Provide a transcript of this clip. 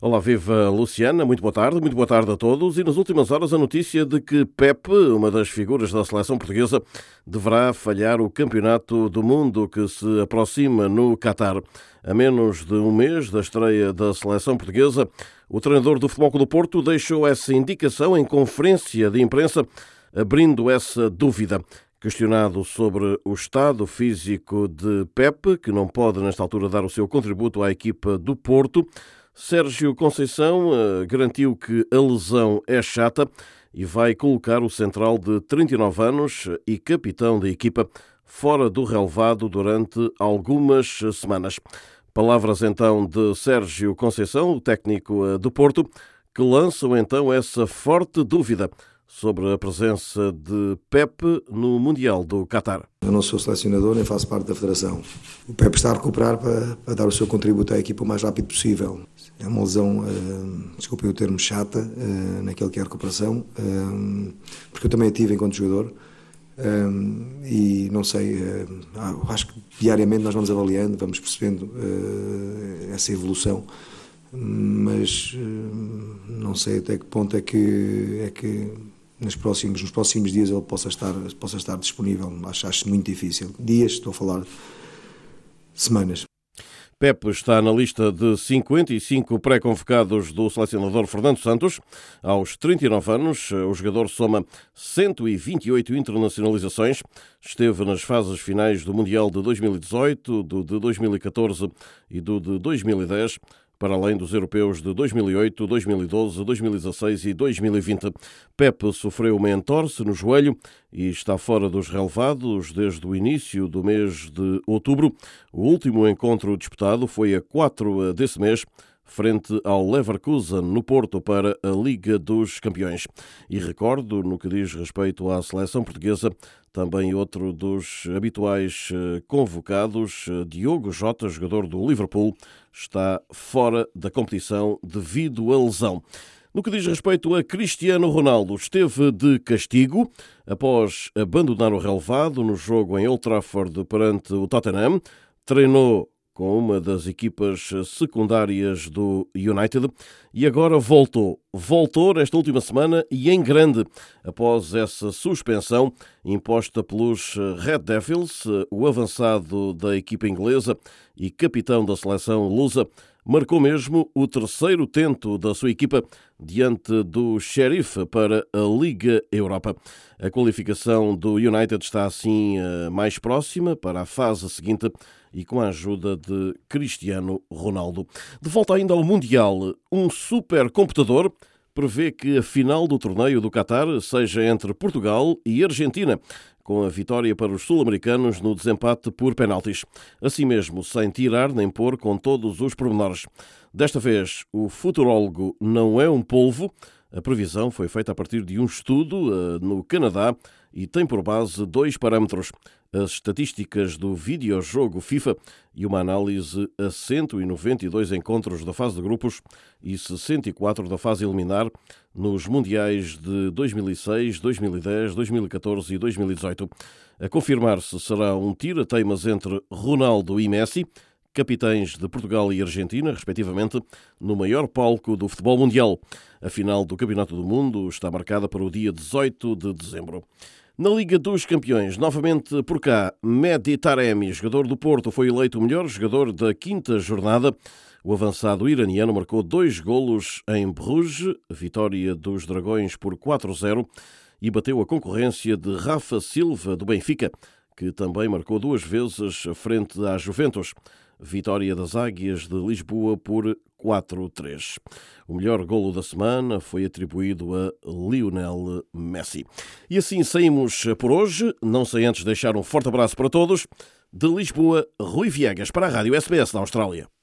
Olá, viva Luciana, muito boa tarde a todos. E nas últimas horas a notícia de que Pepe, uma das figuras da seleção portuguesa, deverá falhar o Campeonato do Mundo que se aproxima no Qatar. A menos de um mês da estreia da seleção portuguesa, o treinador do Futebol Clube do Porto deixou essa indicação em conferência de imprensa, abrindo essa dúvida. Questionado sobre o estado físico de Pepe, que não pode nesta altura dar o seu contributo à equipa do Porto, Sérgio Conceição garantiu que a lesão é chata e vai colocar o central de 39 anos e capitão da equipa fora do relevado durante algumas semanas. Palavras então de Sérgio Conceição, o técnico do Porto, que lançam então essa forte dúvida sobre a presença de Pepe no Mundial do Qatar. Eu não sou selecionador nem faço parte da federação. O Pepe está a recuperar para dar o seu contributo à equipa o mais rápido possível. É uma lesão, desculpem o termo, chata, naquilo que é a recuperação, porque eu também a tive enquanto jogador. E não sei, acho que diariamente nós vamos avaliando, vamos percebendo essa evolução, mas não sei até que ponto é que nos próximos dias ele possa estar disponível. Acho muito difícil. Dias, estou a falar semanas. Pepe está na lista de 55 pré-convocados do selecionador Fernando Santos. Aos 39 anos, o jogador soma 128 internacionalizações. Esteve nas fases finais do Mundial de 2018, do de 2014 e do de 2010, para além dos europeus de 2008, 2012, 2016 e 2020. Pepe sofreu uma entorse no joelho e está fora dos relevados desde o início do mês de outubro. O último encontro disputado foi a 4 desse mês, frente ao Leverkusen, no Porto, para a Liga dos Campeões. E recordo, no que diz respeito à seleção portuguesa, também outro dos habituais convocados, Diogo Jota, jogador do Liverpool, está fora da competição devido à lesão. No que diz respeito a Cristiano Ronaldo, esteve de castigo após abandonar o relevado no jogo em Old Trafford perante o Tottenham. Treinou com uma das equipas secundárias do United e agora voltou nesta última semana e em grande, após essa suspensão imposta pelos Red Devils. O avançado da equipa inglesa e capitão da seleção lusa marcou mesmo o terceiro tento da sua equipa diante do Sheriff para a Liga Europa. A qualificação do United está assim mais próxima para a fase seguinte e com a ajuda de Cristiano Ronaldo. De volta ainda ao Mundial, um supercomputador prevê que a final do torneio do Qatar seja entre Portugal e Argentina, com a vitória para os sul-americanos no desempate por penaltis. Assim mesmo, sem tirar nem pôr, com todos os pormenores. Desta vez, o futurólogo não é um polvo. A previsão foi feita a partir de um estudo no Canadá e tem por base 2 parâmetros: as estatísticas do videojogo FIFA e uma análise a 192 encontros da fase de grupos e 64 da fase eliminar nos Mundiais de 2006, 2010, 2014 e 2018. A confirmar-se será um tira-teimas entre Ronaldo e Messi, capitães de Portugal e Argentina, respectivamente, no maior palco do futebol mundial. A final do Campeonato do Mundo está marcada para o dia 18 de dezembro. Na Liga dos Campeões, novamente por cá, Mehdi Taremi, jogador do Porto, foi eleito o melhor jogador da 5ª jornada. O avançado iraniano marcou 2 golos em Bruges, vitória dos Dragões por 4-0, e bateu a concorrência de Rafa Silva, do Benfica, que também marcou 2 vezes frente à Juventus. Vitória das Águias de Lisboa por 4-3. O melhor golo da semana foi atribuído a Lionel Messi. E assim saímos por hoje. Não sem antes deixar um forte abraço para todos. De Lisboa, Rui Viegas para a Rádio SBS da Austrália.